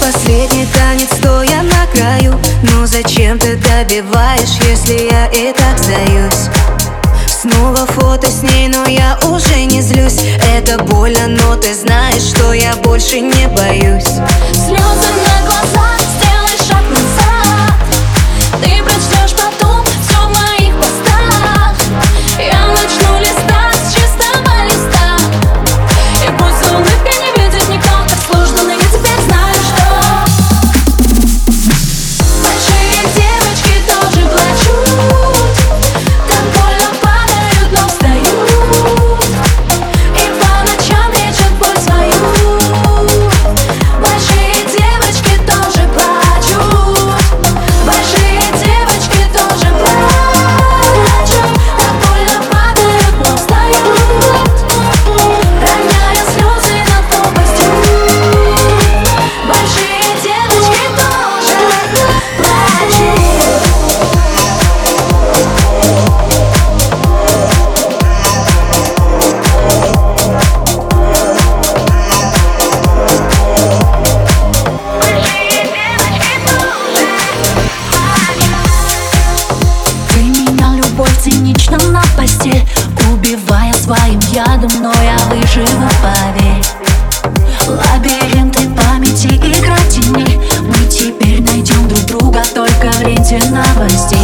Последний танец, стоя на краю. Ну зачем ты добиваешь, если я и так сдаюсь? Снова фото с ней, но я уже не злюсь. Это больно, но ты знаешь, что я больше не боюсь. Слезы на глазах, сделай шаг назад. Ты прочтешь потом все в моих постах. Я начну листать с чистого листа. И пусть за улыбкой не видит никто, как сложно, но я теперь знаю, что большие девочки тоже плачут. Так больно падают, но встают. И по ночам лечат боль свою. Большие девочки тоже плачут. Большие девочки тоже плачут. Так больно падают, но встают. Роняя слезы над пропастью. Большие девочки тоже плачут. Ты меня, любовь, цинично на постель, убивая своим ядом, но я выживу, поверь. Лабиринты памяти, игра теней. Мы теперь найдем друг друга только в ленте новостей.